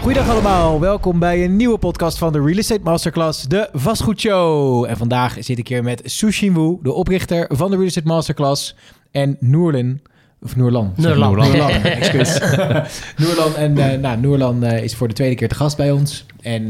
Goedendag allemaal, welkom bij een nieuwe podcast van de Real Estate Masterclass, de Vastgoedshow. En vandaag zit ik hier met Su-Shin Wu, de oprichter van de Real Estate Masterclass, en Noorlan, excuus. Noorlan is voor de tweede keer te gast bij ons. En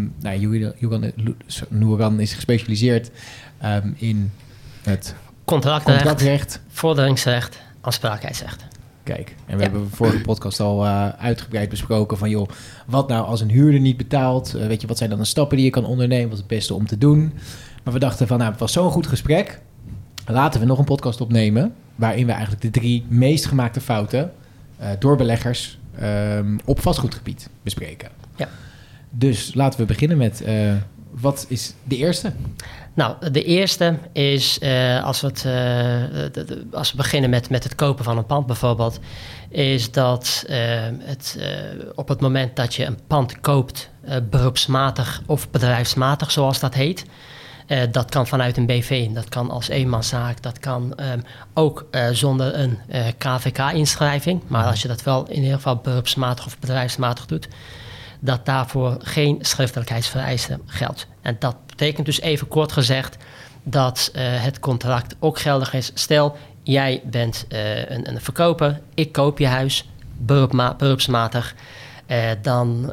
Noorlan is gespecialiseerd in het contractrecht, vorderingsrecht, aansprakelijkheidsrecht. Kijk, en we hebben de vorige podcast al uitgebreid besproken van, joh, wat nou als een huurder niet betaalt? Weet je, wat zijn dan de stappen die je kan ondernemen? Wat is het beste om te doen? Maar we dachten van, het was zo'n goed gesprek. Laten we nog een podcast opnemen waarin we eigenlijk de 3 meest gemaakte fouten door beleggers op vastgoedgebied bespreken. Ja. Dus laten we beginnen met, wat is de eerste? Nou, de eerste is, als we beginnen met het kopen van een pand bijvoorbeeld, is dat op het moment dat je een pand koopt, beroepsmatig of bedrijfsmatig, zoals dat heet, dat kan vanuit een BV, dat kan als eenmanszaak, dat kan ook zonder een KVK-inschrijving. Maar als je dat wel in ieder geval beroepsmatig of bedrijfsmatig doet, dat daarvoor geen schriftelijkheidsvereiste geldt. En dat betekent dus even kort gezegd dat het contract ook geldig is. Stel, jij bent een verkoper, ik koop je huis, beroepsmatig, dan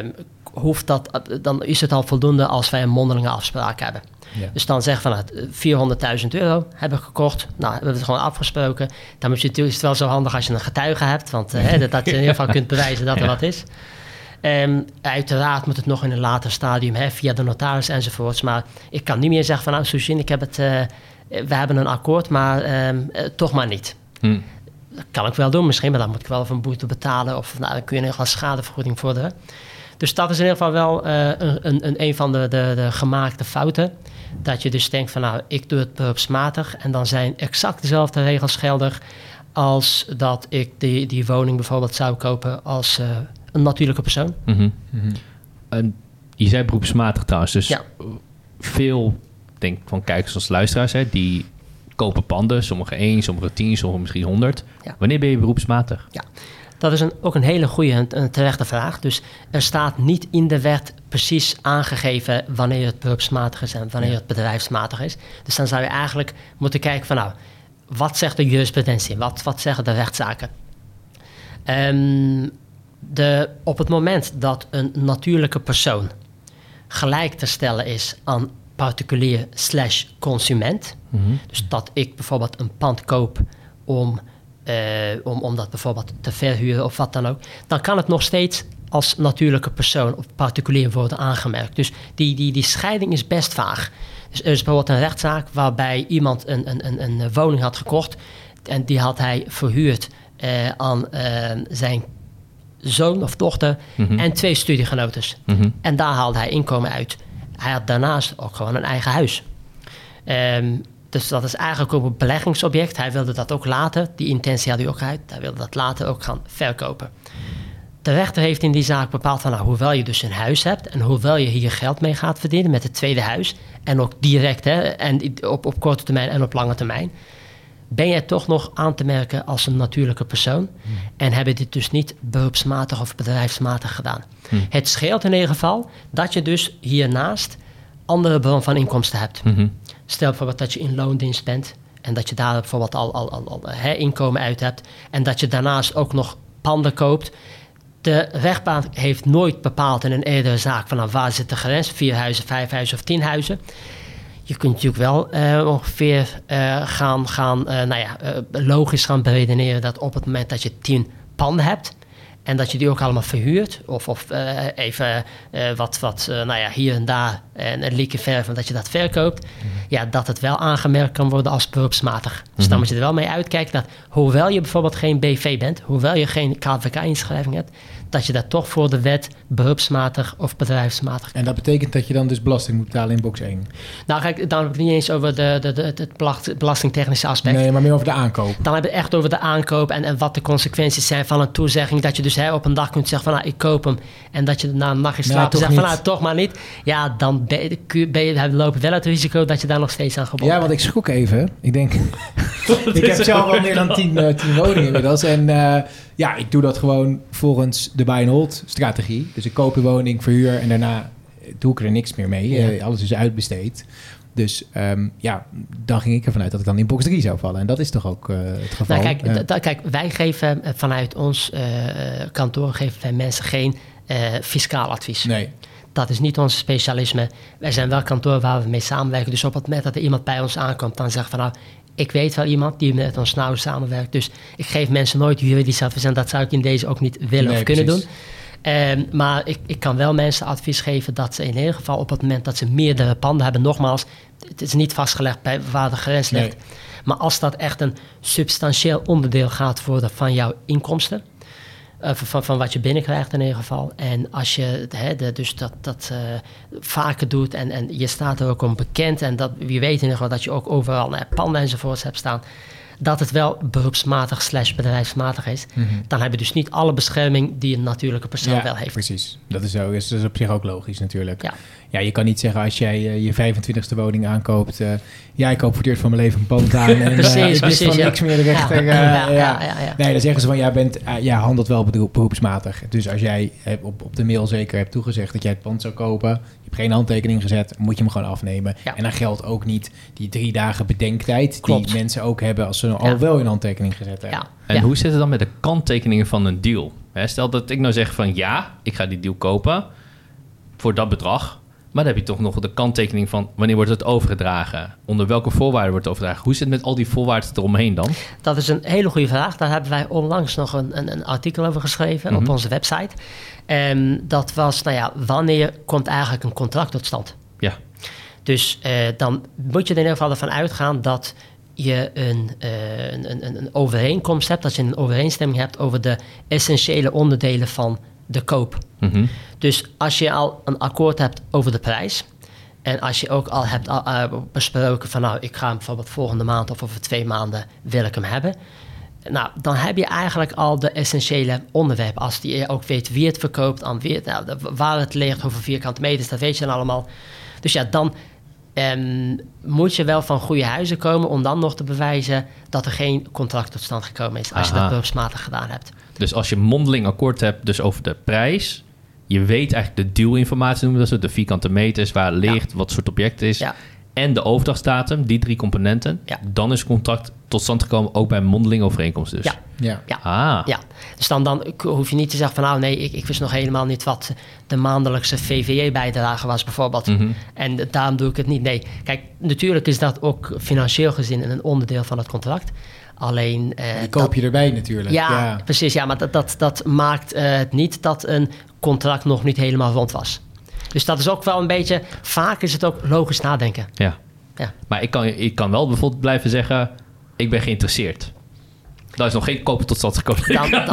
is het al voldoende als wij een mondelinge afspraak hebben. Ja. Dus dan zeggen we van €400.000 hebben we gekocht. Nou, hebben we het gewoon afgesproken. Dan is het wel zo handig als je een getuige hebt, want dat je in ieder geval kunt bewijzen dat er wat is. Uiteraard moet het nog in een later stadium, via de notaris enzovoorts. Maar ik kan niet meer zeggen van, Su-Shin, we hebben een akkoord, maar toch maar niet. Dat kan ik wel doen misschien, maar dan moet ik wel even een boete betalen. Of dan kun je in ieder geval schadevergoeding vorderen. Dus dat is in ieder geval wel een van de gemaakte fouten. Dat je dus denkt van, ik doe het beroepsmatig en dan zijn exact dezelfde regels geldig als dat ik die woning bijvoorbeeld zou kopen als een natuurlijke persoon. Mm-hmm. Mm-hmm. En je zei beroepsmatig trouwens, dus veel, denk van kijkers als luisteraars, die kopen panden, sommige 1, sommige 10, sommige misschien 100. Ja. Wanneer ben je beroepsmatig? Ja, dat is ook een hele goede en terechte vraag. Dus er staat niet in de wet precies aangegeven wanneer het beroepsmatig is en wanneer het bedrijfsmatig is. Dus dan zou je eigenlijk moeten kijken van, wat zegt de jurisprudentie? Wat zeggen de rechtszaken? Op het moment dat een natuurlijke persoon gelijk te stellen is aan particulier / consument, dus dat ik bijvoorbeeld een pand koop om dat bijvoorbeeld te verhuren of wat dan ook, dan kan het nog steeds als natuurlijke persoon of particulier worden aangemerkt. Dus die scheiding is best vaag. Dus er is bijvoorbeeld een rechtszaak waarbij iemand een woning had gekocht en die had hij verhuurd aan zijn zoon of dochter en 2 studiegenotes. En daar haalde hij inkomen uit. Hij had daarnaast ook gewoon een eigen huis. Dus dat is eigenlijk ook een beleggingsobject. Hij wilde dat ook later, die intentie had hij ook uit. Hij wilde dat later ook gaan verkopen. De rechter heeft in die zaak bepaald van, hoewel je dus een huis hebt en hoewel je hier geld mee gaat verdienen met het tweede huis en ook direct en op korte termijn en op lange termijn, ben jij toch nog aan te merken als een natuurlijke persoon en hebben dit dus niet beroepsmatig of bedrijfsmatig gedaan. Het scheelt in ieder geval dat je dus hiernaast andere bron van inkomsten hebt. Stel bijvoorbeeld dat je in loondienst bent en dat je daar bijvoorbeeld al inkomen uit hebt en dat je daarnaast ook nog panden koopt. De rechtbank heeft nooit bepaald in een eerdere zaak van waar zit de grens, 4 huizen, 5 huizen of 10 huizen. Je kunt natuurlijk wel ongeveer logisch gaan beredeneren dat op het moment dat je 10 panden hebt en dat je die ook allemaal verhuurt of even hier en daar een lieke verven dat je dat verkoopt, dat het wel aangemerkt kan worden als beroepsmatig. Dus dan moet je er wel mee uitkijken dat hoewel je bijvoorbeeld geen BV bent, hoewel je geen KVK-inschrijving hebt, dat je dat toch voor de wet beroepsmatig of bedrijfsmatig. En dat betekent dat je dan dus belasting moet betalen in box 1? Nou, kijk, dan heb ik het niet eens over het belastingtechnische aspect. Nee, maar meer over de aankoop. Dan heb je het echt over de aankoop en wat de consequenties zijn van een toezegging. Dat je dus op een dag kunt zeggen van ik koop hem. En dat je na een magistraat zegt van toch maar niet. Ja, lopen wel het risico dat je daar nog steeds aan gebonden bent. Ja, want ik schrok even. Ik denk, ik heb zelf al meer dan 10 woningen inmiddels. En ik doe dat gewoon volgens de buy and hold strategie. Dus ik koop een woning, verhuur en daarna doe ik er niks meer mee. Alles is uitbesteed. Dus dan ging ik ervan uit dat ik dan in box 3 zou vallen. En dat is toch ook het geval? Nou, kijk, wij geven vanuit ons kantoor geven wij mensen geen fiscaal advies. Nee. Dat is niet ons specialisme. Wij zijn wel kantoor waar we mee samenwerken. Dus op het moment dat er iemand bij ons aankomt, dan zegt van nou, ik weet wel iemand die met ons nauw samenwerkt. Dus ik geef mensen nooit juridisch advies. En dat zou ik in deze ook niet willen of kunnen doen. Maar ik kan wel mensen advies geven dat ze in ieder geval op het moment dat ze meerdere panden hebben, nogmaals, het is niet vastgelegd bij waar de grens ligt. Nee. Maar als dat echt een substantieel onderdeel gaat worden van jouw inkomsten, van wat je binnenkrijgt in ieder geval. En als je dus dat vaker doet en je staat er ook om bekend en dat wie weet in ieder geval dat je ook overal panden enzovoorts hebt staan, dat het wel beroepsmatig / bedrijfsmatig is, dan heb je dus niet alle bescherming die een natuurlijke persoon wel heeft. Precies. Dat is zo. Dat is op zich ook logisch natuurlijk. Ja, je kan niet zeggen als jij je 25e woning aankoopt, ik koop voor het eerst van mijn leven een pand aan en precies, van niks meer de rechter. Nee, dan zeggen ze van jij handelt wel beroepsmatig. Dus als jij op de mail zeker hebt toegezegd dat jij het pand zou kopen, je hebt geen handtekening gezet, moet je hem gewoon afnemen. Ja. En dan geldt ook niet die 3 dagen bedenktijd die mensen ook hebben als ze al wel een handtekening gezet hebben. Ja. En hoe zit het dan met de kanttekeningen van een deal? Stel dat ik nou zeg van ik ga die deal kopen voor dat bedrag. Maar dan heb je toch nog de kanttekening van wanneer wordt het overgedragen? Onder welke voorwaarden wordt het overgedragen? Hoe zit het met al die voorwaarden eromheen dan? Dat is een hele goede vraag. Daar hebben wij onlangs nog een artikel over geschreven op onze website. Dat was, wanneer komt eigenlijk een contract tot stand? Ja. Dus dan moet je er in ieder geval ervan uitgaan dat je een overeenkomst hebt, dat je een overeenstemming hebt over de essentiële onderdelen van de koop. Mm-hmm. Dus als je al een akkoord hebt over de prijs en als je ook al hebt besproken van ik ga hem bijvoorbeeld volgende maand of over 2 maanden wil ik hem hebben. Nou, dan heb je eigenlijk al de essentiële onderwerpen. Als je ook weet wie het verkoopt, aan wie waar het ligt, hoeveel vierkante meters, dat weet je dan allemaal. Dus dan moet je wel van goede huizen komen om dan nog te bewijzen dat er geen contract tot stand gekomen is als je dat beroepsmatig gedaan hebt. Dus als je mondeling akkoord hebt dus over de prijs, je weet eigenlijk de dealinformatie noemen we dat, de vierkante meters, waar het ligt, wat soort object het is, en de overdrachtsdatum, die 3 componenten, dan is het contract tot stand gekomen ook bij mondeling overeenkomst dus. Ja. Dus dan hoef je niet te zeggen van ik wist nog helemaal niet wat de maandelijkse VVJ-bijdrage was bijvoorbeeld. Mm-hmm. En daarom doe ik het niet. Nee, kijk, natuurlijk is dat ook financieel gezien een onderdeel van het contract. Alleen die koop je erbij natuurlijk. Ja, precies. Ja, maar dat maakt het niet dat een contract nog niet helemaal rond was. Dus dat is ook wel een beetje, vaak is het ook logisch nadenken. Ja. Maar ik kan wel bijvoorbeeld blijven zeggen, ik ben geïnteresseerd. Daar is nog geen kopen tot stand gekomen.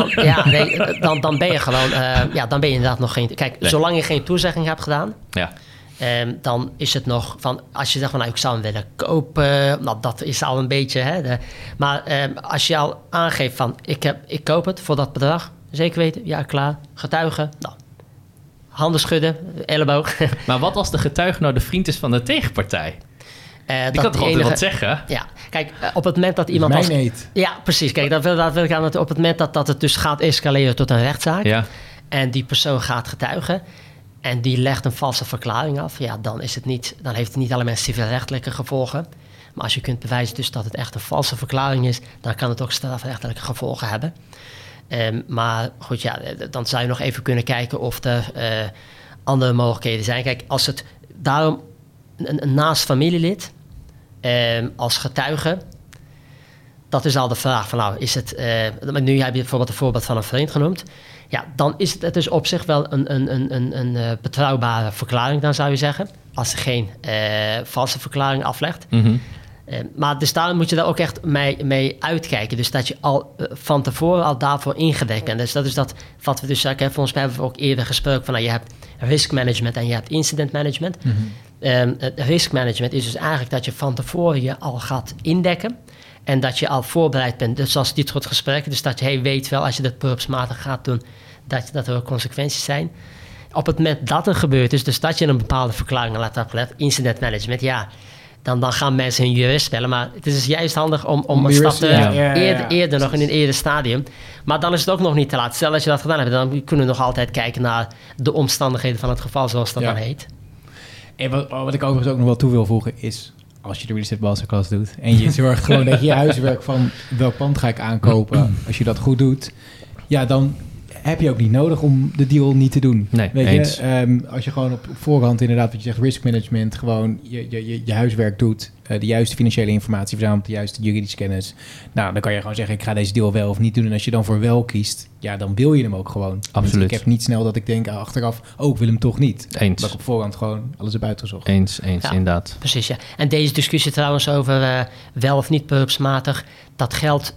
Dan ben je gewoon, dan ben je inderdaad nog geen. Kijk, zolang je geen toezegging hebt gedaan, dan is het nog van, als je zegt van ik zou hem willen kopen, dat is al een beetje. Maar als je al aangeeft van ik koop het voor dat bedrag, zeker weten, klaar, getuigen, handen schudden, elleboog. Maar wat als de getuige nou de vriend is van de tegenpartij? Die kan toch altijd wat zeggen? Ja, kijk, op het moment dat iemand... Ja, precies. Kijk, dat wil ik aan op het moment dat het dus gaat escaleren tot een rechtszaak, en die persoon gaat getuigen en die legt een valse verklaring af, dan heeft het niet alleen maar civielrechtelijke gevolgen. Maar als je kunt bewijzen dus dat het echt een valse verklaring is, dan kan het ook strafrechtelijke gevolgen hebben. Maar goed, dan zou je nog even kunnen kijken of er andere mogelijkheden zijn. Kijk, als het daarom een naast familielid als getuige, dat is al de vraag van is het... nu heb je bijvoorbeeld een voorbeeld van een vriend genoemd. Ja, dan is het dus op zich wel een betrouwbare verklaring, dan zou je zeggen. Als er geen valse verklaring aflegt. Mm-hmm. Maar dus daar moet je daar ook echt mee uitkijken. Dus dat je al van tevoren al daarvoor ingedekt bent. Dus dat is dat wat we dus zeggen. Volgens mij hebben we ook eerder gesproken van je hebt risk management en je hebt incident management. Mm-hmm. Risk management is dus eigenlijk dat je van tevoren je al gaat indekken. En dat je al voorbereid bent. Dus zoals dit soort gesprekken. Dus dat je weet wel als je dat beroepsmatig gaat doen, dat er ook consequenties zijn. op het moment dat er gebeurd is, dus dat je een bepaalde verklaring laat afgelegd, incident management, dan gaan mensen hun jurist bellen. Maar het is dus juist handig om een stap eerder nog in een eerder stadium. Maar dan is het ook nog niet te laat. Stel dat je dat gedaan hebt, dan kunnen we nog altijd kijken naar de omstandigheden van het geval, zoals dat dan heet. En wat ik overigens ook nog wel toe wil voegen is, als je de real estate masterclass doet en je zorgt gewoon dat je huiswerk van welk pand ga ik aankopen, als je dat goed doet, dan heb je ook niet nodig om de deal niet te doen. Nee, weet eens. je, als je gewoon op voorhand inderdaad, wat je zegt, risk management, gewoon je huiswerk doet, de juiste financiële informatie verzamelt, de juiste juridische kennis. Nou, dan kan je gewoon zeggen, ik ga deze deal wel of niet doen. En als je dan voor wel kiest, dan wil je hem ook gewoon. Absoluut. Ik heb niet snel dat ik denk achteraf, ik wil hem toch niet. Eens. Dat ik op voorhand gewoon alles heb uitgezocht. Eens, inderdaad. Precies, ja. En deze discussie trouwens over wel of niet beroepsmatig, dat geldt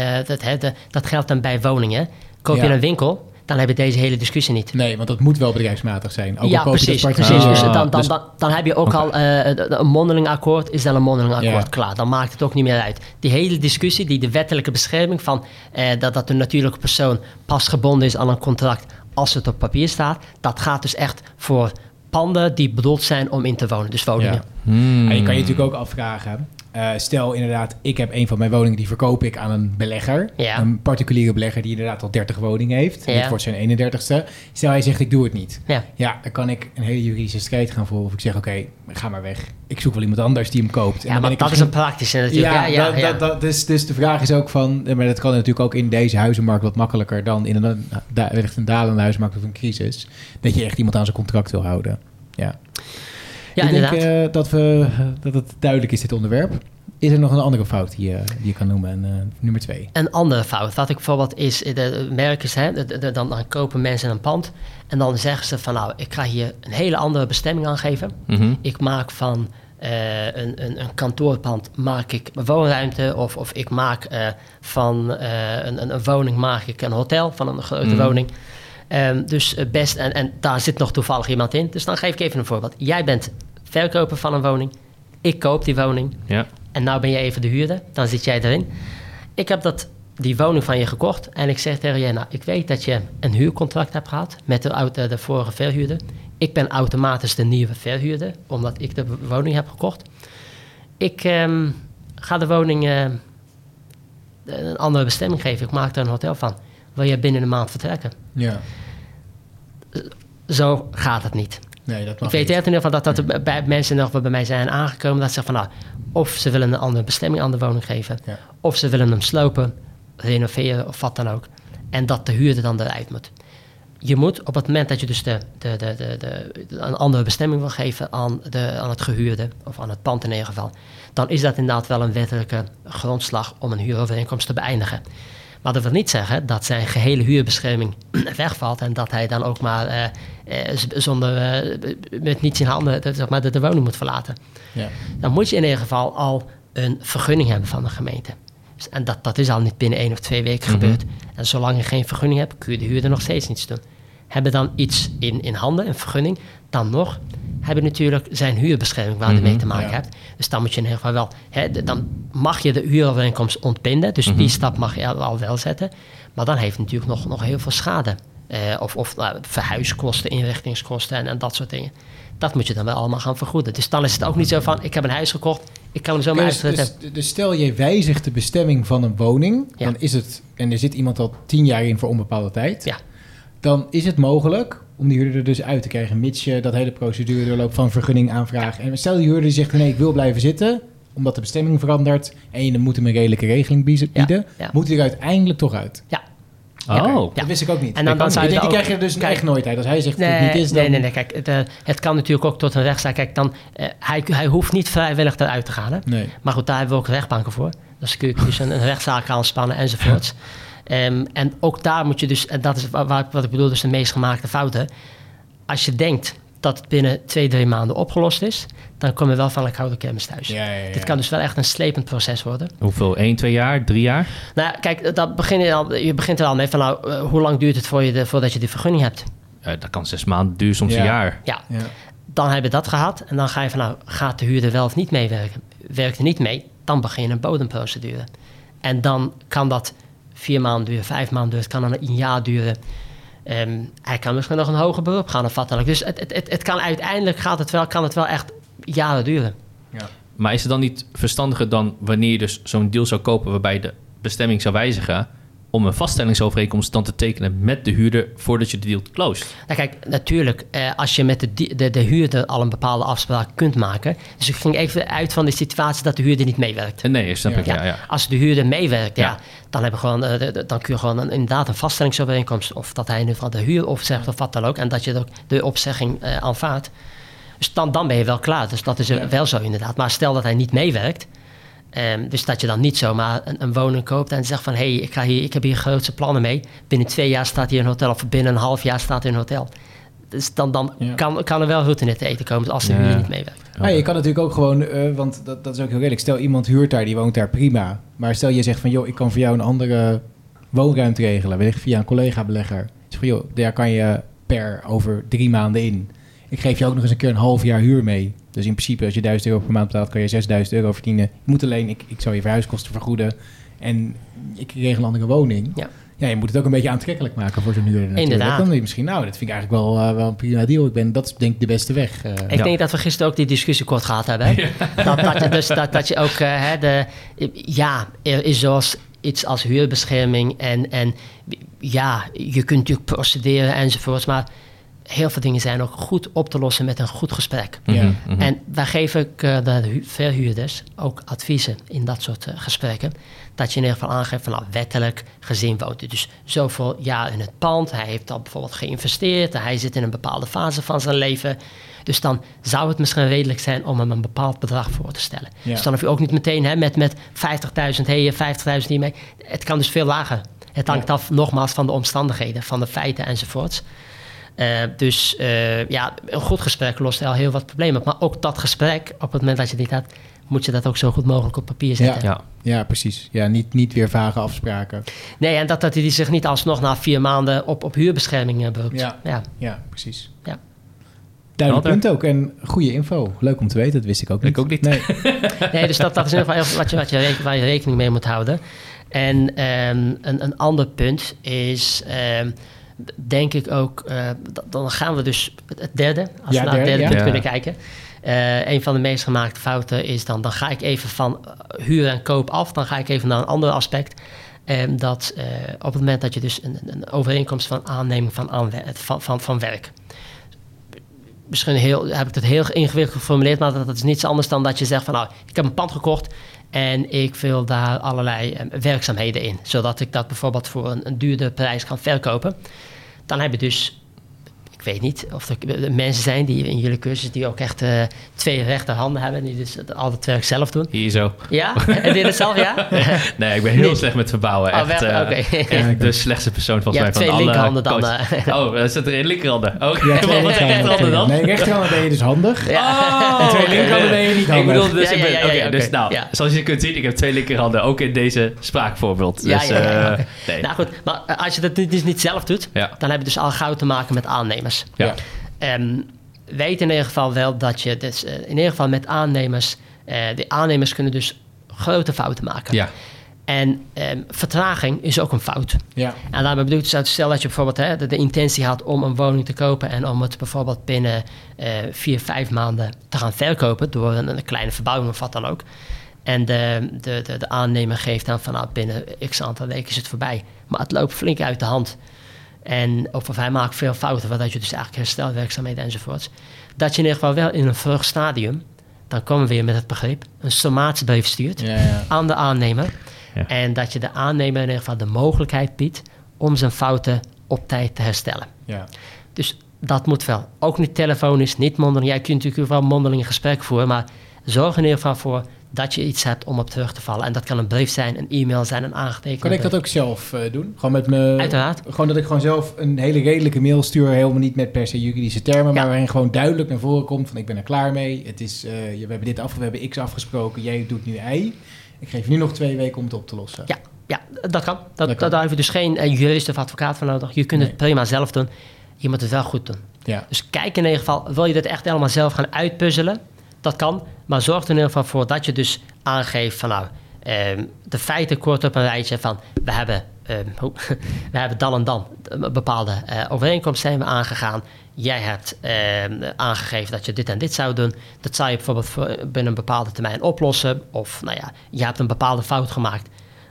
dan bij woningen. Koop je een winkel, dan heb je deze hele discussie niet. Nee, want dat moet wel bedrijfsmatig zijn. Ook precies. Dus dan heb je ook al een mondeling akkoord. Is dan een mondeling akkoord klaar? Dan maakt het ook niet meer uit. Die hele discussie, de wettelijke bescherming van dat de natuurlijke persoon pas gebonden is aan een contract als het op papier staat, dat gaat dus echt voor panden die bedoeld zijn om in te wonen. Dus woningen. Ja. En je kan je natuurlijk ook afvragen, stel inderdaad, ik heb een van mijn woningen, die verkoop ik aan een belegger. Ja. Een particuliere belegger die inderdaad al 30 woningen heeft. Ja. Dit wordt zijn 31ste. Stel hij zegt, ik doe het niet. Ja, dan kan ik een hele juridische strijd gaan voeren. Of ik zeg, oké, ga maar weg. Ik zoek wel iemand anders die hem koopt. Ja, maar dat is een praktische natuurlijk. Dus de vraag is ook van, maar dat kan natuurlijk ook in deze huizenmarkt wat makkelijker dan in een dalende huizenmarkt of een crisis. Dat je echt iemand aan zijn contract wil houden. Ja. Ja, ik denk dat het duidelijk is, dit onderwerp. Is er nog een andere fout die je kan noemen? Nummer 2. Een andere fout. Wat ik bijvoorbeeld is, de merkers, dan kopen mensen een pand. En dan zeggen ze van, ik ga hier een hele andere bestemming aangeven. Mm-hmm. Ik maak van een kantoorpand maak ik een woonruimte. Of ik maak van een woning maak ik een hotel, van een grote woning. Dus best, en daar zit nog toevallig iemand in. Dus dan geef ik even een voorbeeld. Jij bent verkoper van een woning. Ik koop die woning. Ja. En nou ben je even de huurder. Dan zit jij erin. Ik heb die woning van je gekocht. En ik zeg tegen je, ik weet dat je een huurcontract hebt gehad met de vorige verhuurder. Ik ben automatisch de nieuwe verhuurder, omdat ik de woning heb gekocht. Ik ga de woning een andere bestemming geven. Ik maak er een hotel van. Wil je binnen een maand vertrekken? Ja. Zo gaat het niet. Nee, dat mag ik weet echt in ieder geval dat er bij mensen nog bij mij zijn aangekomen, dat ze zeggen van of ze willen een andere bestemming aan de woning geven, of ze willen hem slopen, renoveren of wat dan ook. En dat de huurder dan eruit moet. Je moet op het moment dat je dus een andere bestemming wil geven aan het gehuurde, of aan het pand in ieder geval, dan is dat inderdaad wel een wettelijke grondslag om een huurovereenkomst te beëindigen. Maar dat wil niet zeggen dat zijn gehele huurbescherming wegvalt en dat hij dan ook maar met niets in handen de woning moet verlaten. Ja. Dan moet je in ieder geval al een vergunning hebben van de gemeente. En dat is al niet binnen 1 of 2 weken gebeurd. En zolang je geen vergunning hebt, kun je de huurder nog steeds niets doen. Hebben dan iets in handen, een vergunning, dan nog hebben natuurlijk zijn huurbescherming waar je mee te maken hebt. Dus dan moet je in ieder geval wel, dan mag je de huurovereenkomst ontbinden. Dus die stap mag je al wel zetten. Maar dan heeft het natuurlijk nog heel veel schade. Of verhuiskosten, inrichtingskosten en dat soort dingen. Dat moet je dan wel allemaal gaan vergoeden. Dus dan is het ook niet zo van, ik heb een huis gekocht, ik kan hem zo maar uitzetten. Dus stel je wijzigt de bestemming van een woning, dan is het, en er zit iemand al 10 jaar in voor onbepaalde tijd. Ja. Dan is het mogelijk om die huurder er dus uit te krijgen, mits je dat hele procedure doorloopt van vergunning aanvragen. En stel die huurder die zegt, nee, ik wil blijven zitten, omdat de bestemming verandert en je moet hem een redelijke regeling bieden, moet hij er uiteindelijk toch uit. Ja. Oh, dat wist ik ook niet. En dan zou je die krijg je dus echt nooit uit. Als hij zegt dat het niet is, dan... Nee. Kijk, het kan natuurlijk ook tot een rechtszaak. Kijk, dan, hij hoeft niet vrijwillig eruit te gaan. Hè? Nee. Maar goed, daar hebben we ook rechtbanken voor. Dus kun je dus een rechtszaak aanspannen enzovoorts. En ook daar moet je dus... En dat is wat ik bedoel, dus de meest gemaakte fouten. Als je denkt dat het binnen 2-3 maanden opgelost is, dan kom je wel van een koude kermis thuis. Ja. Dit kan dus wel echt een slepend proces worden. Hoeveel? 1, 2 jaar? 3 jaar? Nou, kijk, je begint er al mee van, hoe lang duurt het voordat je die vergunning hebt? Dat kan 6 maanden duren, soms een jaar. Ja. Dan heb je dat gehad en dan ga je van, gaat de huurder wel of niet meewerken? Werkt er niet mee, dan begin je een bodemprocedure. En dan kan dat 4 maanden duren, 5 maanden duren, het kan dan 1 jaar duren. Hij kan misschien nog een hoger beroep gaan of wat dan ook. Dus het kan uiteindelijk kan het wel echt jaren duren. Ja. Maar is het dan niet verstandiger dan wanneer je dus zo'n deal zou kopen waarbij de bestemming zou wijzigen, om een vaststellingsovereenkomst dan te tekenen met de huurder voordat je de deal closed? Nou kijk, natuurlijk, als je met de huurder al een bepaalde afspraak kunt maken. Dus ik ging even uit van de situatie dat de huurder niet meewerkt. Nee, snap ik. Ja. Als de huurder meewerkt, dan kun je gewoon inderdaad een vaststellingsovereenkomst, of dat hij in ieder geval de huur opzegt of wat dan ook, en dat je de opzegging aanvaardt. Dus dan ben je wel klaar. Dus dat is wel zo inderdaad. Maar stel dat hij niet meewerkt, dus dat je dan niet zomaar een woning koopt en zegt van, hey, ik heb hier grootse plannen mee. Binnen 2 jaar staat hier een hotel, of binnen een half jaar staat hier een hotel. Dus dan kan er wel route in te eten komen als de huur niet meewerkt. Ja, je kan natuurlijk ook gewoon, want dat is ook heel redelijk. Stel iemand huurt daar, die woont daar prima. Maar stel je zegt van, joh, ik kan voor jou een andere woonruimte regelen. Wellicht via een collega-belegger. Dus van, joh, daar kan je over 3 maanden in. Ik geef je ook nog eens een keer een half jaar huur mee. Dus in principe, als je €1.000 per maand betaalt, kan je €6.000 verdienen. Je moet alleen, ik zal je verhuiskosten vergoeden. En ik regel een andere woning. Ja, je moet het ook een beetje aantrekkelijk maken voor zo'n huurder. Inderdaad. Dan misschien, dat vind ik eigenlijk wel een prima deal. Dat is denk ik de beste weg. Ik denk dat we gisteren ook die discussie kort gehad hebben. Dat je ook... er is zoals iets als huurbescherming. En je kunt natuurlijk procederen enzovoorts. Maar heel veel dingen zijn ook goed op te lossen met een goed gesprek. En wij geven de verhuurders ook adviezen in dat soort gesprekken. Dat je in ieder geval aangeeft van, wettelijk gezien woont hij dus zoveel jaar in het pand. Hij heeft al bijvoorbeeld geïnvesteerd. Hij zit in een bepaalde fase van zijn leven. Dus dan zou het misschien redelijk zijn om hem een bepaald bedrag voor te stellen. Dus dan hoef je ook niet meteen met 50.000 50.000 hiermee. Het kan dus veel lager. Het hangt af nogmaals van de omstandigheden, van de feiten enzovoorts. Een goed gesprek lost al heel wat problemen op. Maar ook dat gesprek, op het moment dat je dit hebt, moet je dat ook zo goed mogelijk op papier zetten. Ja, precies. Ja, niet weer vage afspraken. Nee, en dat hij zich niet alsnog na 4 maanden op huurbescherming beroept. Ja, precies. Ja. Duidelijk punt ook. En goede info. Leuk om te weten, dat wist ik ook niet. Ik ook niet. Nee, dus dat is in ieder geval waar je rekening mee moet houden. En een ander punt is, denk ik ook, dan gaan we dus het derde, als we naar het derde punt kunnen kijken. Een van de meest gemaakte fouten is dan ga ik even van huur en koop af. Dan ga ik even naar een ander aspect. Dat op het moment dat je dus een overeenkomst van aanneming van werk. Misschien heb ik het heel ingewikkeld geformuleerd, maar dat is niets anders dan dat je zegt van, ik heb een pand gekocht en ik wil daar allerlei werkzaamheden in, zodat ik dat bijvoorbeeld voor een duurder prijs kan verkopen. Dan heb je dus, ik weet niet of er mensen zijn die in jullie cursus die ook echt 2 rechterhanden hebben, die dus al het werk zelf doen. Hier zo. Ja? En dit is zelf, ja? Nee, ik ben heel slecht met verbouwen. Echt de slechtste persoon volgens mij van alle... 2 linkerhanden dan. Dat zit er in linkerhanden. Wat rechterhanden dan? Nee, rechterhanden ben je dus handig. En 2 linkerhanden ben je niet handig. Ik bedoel, zoals je kunt zien, ik heb 2 linkerhanden, ook in deze spraakvoorbeeld. Dus, nee. Nou goed, maar als je dat dus niet zelf doet, dan heb je dus al gauw te maken met aannemers. Ja. Weet in ieder geval wel dat je dus in ieder geval met aannemers, de aannemers kunnen dus grote fouten maken. Ja. En vertraging is ook een fout. Ja. En daarmee bedoel ik dus, stel dat je bijvoorbeeld de intentie had om een woning te kopen en om het bijvoorbeeld binnen 4-5 maanden te gaan verkopen door een kleine verbouwing of wat dan ook. En de aannemer geeft dan van binnen x aantal weken is het voorbij. Maar het loopt flink uit de hand. Of hij maakt veel fouten, waardoor je dus eigenlijk herstelwerkzaamheden enzovoorts. Dat je in ieder geval wel in een vroeg stadium, dan komen we weer met het begrip, een sommatiebrief stuurt aan de aannemer. Ja. En dat je de aannemer in ieder geval de mogelijkheid biedt om zijn fouten op tijd te herstellen. Ja. Dus dat moet wel. Ook niet telefonisch, niet mondeling. Jij kunt natuurlijk wel mondeling een gesprek voeren, maar zorg in ieder geval voor dat je iets hebt om op terug te vallen. En dat kan een brief zijn, een e-mail zijn, een aangetekende. Kan ik dat ook zelf doen? Gewoon met me. Uiteraard. Gewoon dat ik gewoon zelf een hele redelijke mail stuur, helemaal niet met per se juridische termen, maar waarin gewoon duidelijk naar voren komt van ik ben er klaar mee. Het is, we hebben dit we hebben X afgesproken, jij doet nu Y. Ik geef je nu nog 2 weken om het op te lossen. Ja, dat kan. Daar heb je dus geen jurist of advocaat voor nodig. Je kunt het prima zelf doen. Je moet het wel goed doen. Ja. Dus kijk in ieder geval, wil je dit echt helemaal zelf gaan uitpuzzelen? Dat kan, maar zorg er in ieder geval voor dat je dus aangeeft van de feiten kort op een rijtje van we hebben we hebben dan en dan een bepaalde overeenkomst zijn we aangegaan. Jij hebt aangegeven dat je dit en dit zou doen. Dat zou je bijvoorbeeld binnen een bepaalde termijn oplossen. Of je hebt een bepaalde fout gemaakt.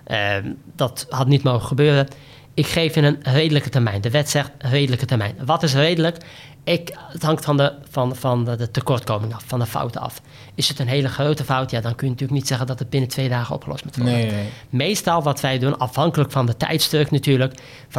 Dat had niet mogen gebeuren. Ik geef je een redelijke termijn. De wet zegt redelijke termijn. Wat is redelijk? Het hangt van de tekortkoming af, van de fouten af. Is het een hele grote fout? Ja, dan kun je natuurlijk niet zeggen dat het binnen 2 dagen opgelost moet worden. Nee. Meestal wat wij doen, afhankelijk van de tijdstuk natuurlijk.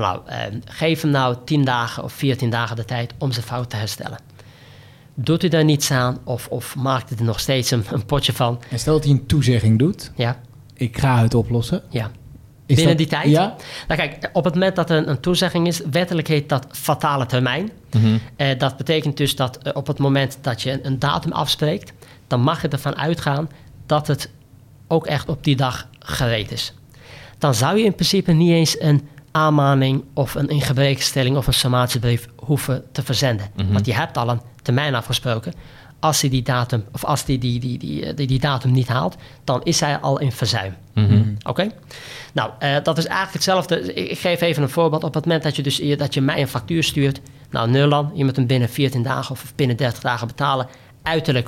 Geef hem 10 dagen of 14 dagen de tijd om zijn fout te herstellen. Doet u daar niets aan of maakt het er nog steeds een potje van? En stel dat hij een toezegging doet. Ja. Ik ga het oplossen. Ja. Binnen die tijd? Ja. Nou kijk, op het moment dat er een toezegging is, wettelijk heet dat fatale termijn. Mm-hmm. Dat betekent dus dat op het moment dat je een datum afspreekt, dan mag je ervan uitgaan dat het ook echt op die dag gereed is. Dan zou je in principe niet eens een aanmaning of een ingebrekenstelling of een sommatiebrief hoeven te verzenden. Mm-hmm. Want je hebt al een termijn afgesproken. Als hij die datum of als die datum niet haalt, dan is hij al in verzuim. Mm-hmm. Oké? Nou, dat is eigenlijk hetzelfde. Ik geef even een voorbeeld. Op het moment dat je mij een factuur stuurt, Nurlan, je moet hem binnen 14 dagen of binnen 30 dagen betalen. Uiterlijk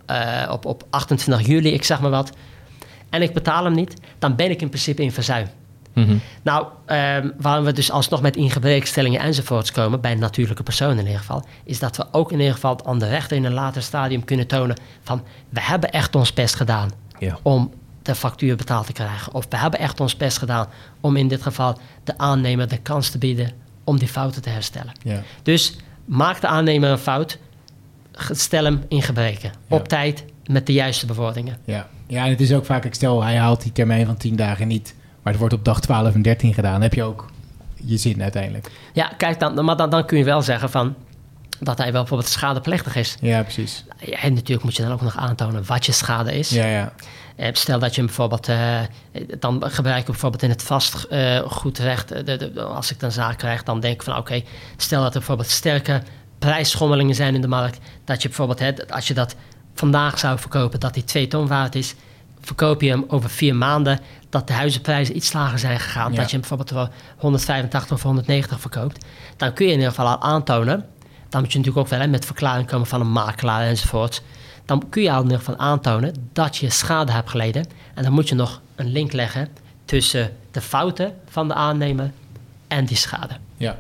op 28 juli, ik zeg maar wat. En ik betaal hem niet, dan ben ik in principe in verzuim. Mm-hmm. Waarom we dus alsnog met ingebrekenstellingen enzovoorts komen, bij natuurlijke personen in ieder geval, is dat we ook in ieder geval aan de rechter in een later stadium kunnen tonen van, we hebben echt ons best gedaan om de factuur betaald te krijgen. Of we hebben echt ons best gedaan om in dit geval de aannemer de kans te bieden om die fouten te herstellen. Ja. Dus maak de aannemer een fout, stel hem in gebreken. Ja. Op tijd, met de juiste bevorderingen. Ja, en het is ook vaak, ik stel, hij haalt die termijn van 10 dagen niet, maar het wordt op dag 12 en 13 gedaan. Dan heb je ook je zin uiteindelijk. Ja, kijk, dan kun je wel zeggen van dat hij wel bijvoorbeeld schadeplechtig is. Ja, precies. Ja, en natuurlijk moet je dan ook nog aantonen wat je schade is. Ja. Stel dat je bijvoorbeeld, dan gebruik ik bijvoorbeeld in het vastgoedrecht, als ik dan zaak krijg, dan denk ik van oké, stel dat er bijvoorbeeld sterke prijsschommelingen zijn in de markt, dat je bijvoorbeeld, als je dat vandaag zou verkopen, dat die 2 ton waard is, verkoop je hem over 4 maanden, dat de huizenprijzen iets lager zijn gegaan, dat je hem bijvoorbeeld voor 185 of 190 verkoopt, dan kun je in ieder geval al aantonen, dan moet je natuurlijk ook wel met verklaring komen van een makelaar enzovoort. Dan kun je al in ieder geval aantonen dat je schade hebt geleden. En dan moet je nog een link leggen tussen de fouten van de aannemer en die schade. Ja,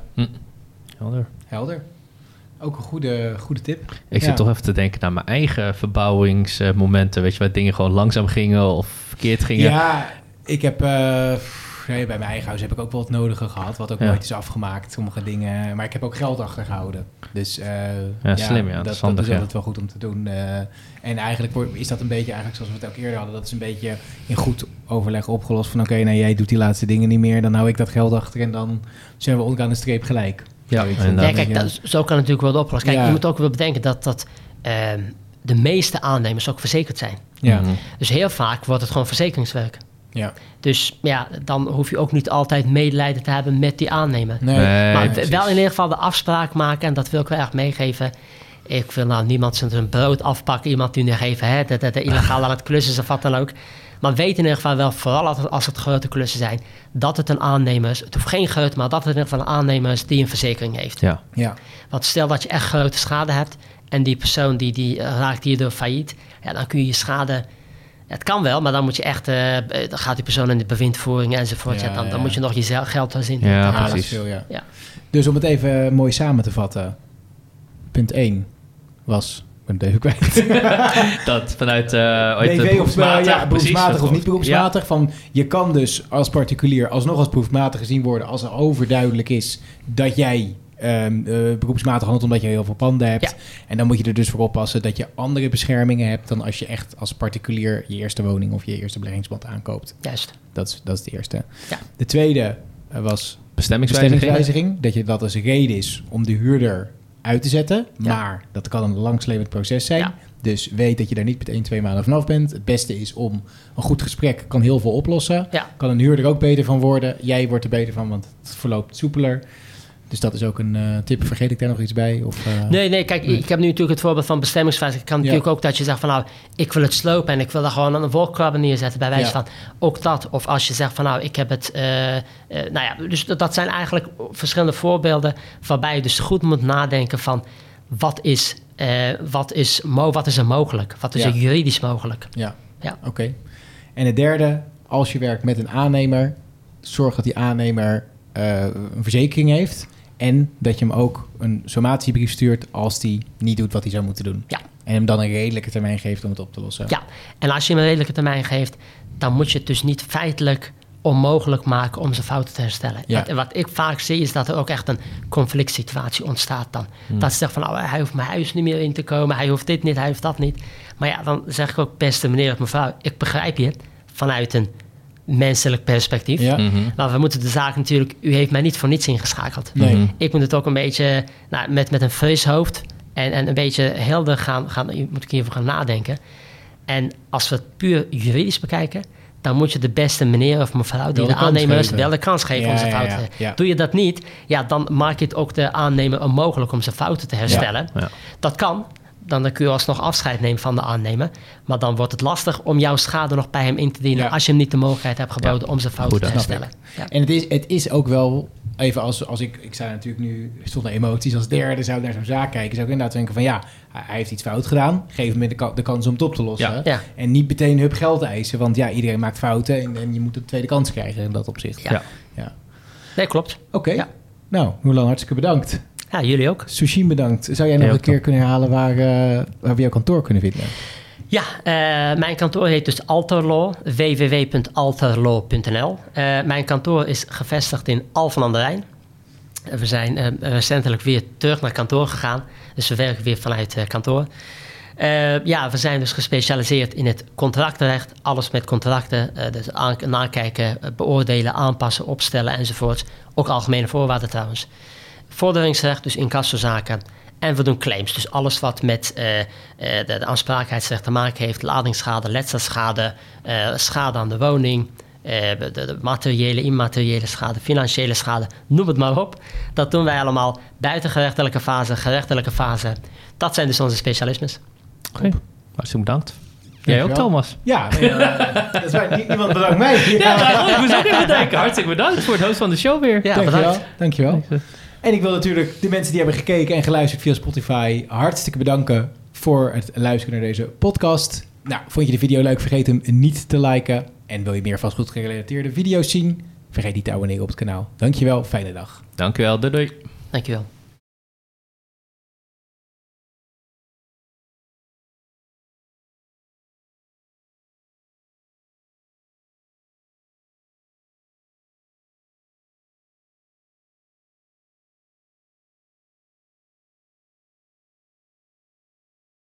helder. Ook een goede tip. Ik zit toch even te denken naar mijn eigen verbouwingsmomenten. Weet je, waar dingen gewoon langzaam gingen of verkeerd gingen. Ja, ik heb... bij mijn eigen huis heb ik ook wel het nodige gehad, wat ook nooit is afgemaakt, sommige dingen. Maar ik heb ook geld achtergehouden. Dus slim, dat is altijd wel goed om te doen. En eigenlijk is dat een beetje, eigenlijk zoals we het ook eerder hadden, dat is een beetje in goed overleg opgelost van oké, jij doet die laatste dingen niet meer, dan hou ik dat geld achter en dan zijn we onderaan de streep gelijk. Ja, kijk, zo kan het natuurlijk worden opgelost. Kijk, je moet ook wel bedenken dat de meeste aannemers ook verzekerd zijn. Ja. Dus heel vaak wordt het gewoon verzekeringswerk. Ja. Dus dan hoef je ook niet altijd medelijden te hebben met die aannemer. Nee, maar wel in ieder geval de afspraak maken, en dat wil ik wel echt meegeven. Ik wil niemand zijn brood afpakken, iemand die nog even de illegaal aan het klussen is of wat dan ook. Maar weet in ieder geval wel, vooral als het grote klussen zijn, dat het een aannemer is. Het hoeft geen groot, maar dat het in ieder geval een aannemer is die een verzekering heeft. Ja. Want stel dat je echt grote schade hebt en die persoon die raakt hierdoor failliet, dan kun je schade... Het kan wel, maar dan moet je echt... dan gaat die persoon in de bewindvoering enzovoort. Dan moet je nog je geld herzien. Ja, precies. Veel, ja. Dus om het even mooi samen te vatten. Punt 1 was... Ik ben het even kwijt. Dat vanuit... beroepsmatig of niet beroepsmatig. Ja. Van, je kan dus als particulier alsnog als beroepsmatig gezien worden als er overduidelijk is dat jij... beroepsmatig handelt omdat je heel veel panden hebt. Ja. En dan moet je er dus voor oppassen dat je andere beschermingen hebt dan als je echt als particulier je eerste woning of je eerste beleggingspand aankoopt. Juist. Dat is de eerste. Ja. De tweede was bestemmingswijziging. Dat je dat als reden is om de huurder uit te zetten. Ja. Maar dat kan een langslevend proces zijn. Ja. Dus weet dat je daar niet met 1-2 maanden vanaf bent. Het beste is om een goed gesprek kan heel veel oplossen. Ja. Kan een huurder ook beter van worden. Jij wordt er beter van, want het verloopt soepeler. Dus dat is ook een tip. Vergeet ik daar nog iets bij? Of, Nee, kijk, ik heb nu natuurlijk het voorbeeld van bestemmingsfase. Ik kan natuurlijk ook dat je zegt van nou, ik wil het slopen en ik wil daar gewoon een wolkenkrabber neerzetten bij wijze van ook dat. Of als je zegt van nou, ik heb het, dus dat zijn eigenlijk verschillende voorbeelden waarbij je dus goed moet nadenken van wat is er mogelijk? Wat is er juridisch mogelijk? Ja. Oké. En het derde, als je werkt met een aannemer, zorg dat die aannemer een verzekering heeft en dat je hem ook een sommatiebrief stuurt als die niet doet wat hij zou moeten doen. Ja. En hem dan een redelijke termijn geeft om het op te lossen. Ja, en als je hem een redelijke termijn geeft, dan moet je het dus niet feitelijk onmogelijk maken om zijn fouten te herstellen. Ja. Wat ik vaak zie is dat er ook echt een conflict situatie ontstaat dan. Dat ze zeggen van nou, hij hoeft mijn huis niet meer in te komen, hij hoeft dit niet, hij hoeft dat niet. Maar ja, dan zeg ik ook beste meneer of mevrouw, ik begrijp je vanuit een menselijk perspectief. Ja. Maar we moeten de zaak natuurlijk, u heeft mij niet voor niets ingeschakeld. Nee. Ik moet het ook een beetje met een fris hoofd en een beetje helder moet ik hiervoor gaan nadenken. En als we het puur juridisch bekijken, dan moet je de beste meneer of mevrouw die de aannemer is wel de kans geven om zijn fouten te herstellen. Doe je dat niet, dan maak je het ook de aannemer onmogelijk om zijn fouten te herstellen. Ja. Dat kan. Dan kun je alsnog afscheid nemen van de aannemer. Maar dan wordt het lastig om jouw schade nog bij hem in te dienen als je hem niet de mogelijkheid hebt geboden om zijn fouten te herstellen. Ja. En het is ook wel, even als ik zou natuurlijk nu, zonder emoties, als derde zou ik naar zo'n zaak kijken, zou ik inderdaad denken van hij heeft iets fout gedaan. Geef hem de kans om het op te lossen. Ja. Ja. En niet meteen geld eisen, want iedereen maakt fouten en je moet een tweede kans krijgen in dat opzicht. Ja. Nee, klopt. Oké. Ja. Nou, Nourlan, hartstikke bedankt. Ja, jullie ook. Sushim, bedankt. Zou jij nog een keer kunnen herhalen waar we jouw kantoor kunnen vinden? Ja, mijn kantoor heet dus Alterlaw, www.alterlaw.nl. Mijn kantoor is gevestigd in Alphen aan de Rijn. We zijn recentelijk weer terug naar kantoor gegaan. Dus we werken weer vanuit kantoor. We zijn dus gespecialiseerd in het contractenrecht. Alles met contracten. Dus nakijken, beoordelen, aanpassen, opstellen enzovoort. Ook algemene voorwaarden trouwens. Vorderingsrecht, dus incassozaken. En we doen claims. Dus alles wat met de aansprakelijkheidsrecht te maken heeft. Ladingsschade, letselschade, schade aan de woning. De materiële, immateriële schade, financiële schade. Noem het maar op. Dat doen wij allemaal buiten gerechtelijke fase, gerechtelijke fase. Dat zijn dus onze specialismes. Oké, hartstikke bedankt. Jij ook, Thomas? Ja, dat is waar. Niemand bedankt mij. Ik moest ook even denken. Hartstikke bedankt voor het host van de show weer. Ja, Dankjewel. En ik wil natuurlijk de mensen die hebben gekeken en geluisterd via Spotify hartstikke bedanken voor het luisteren naar deze podcast. Nou, vond je de video leuk? Vergeet hem niet te liken. En wil je meer vastgoedgerelateerde video's zien? Vergeet niet te abonneren op het kanaal. Dankjewel, fijne dag. Dankjewel, doei. Dankjewel.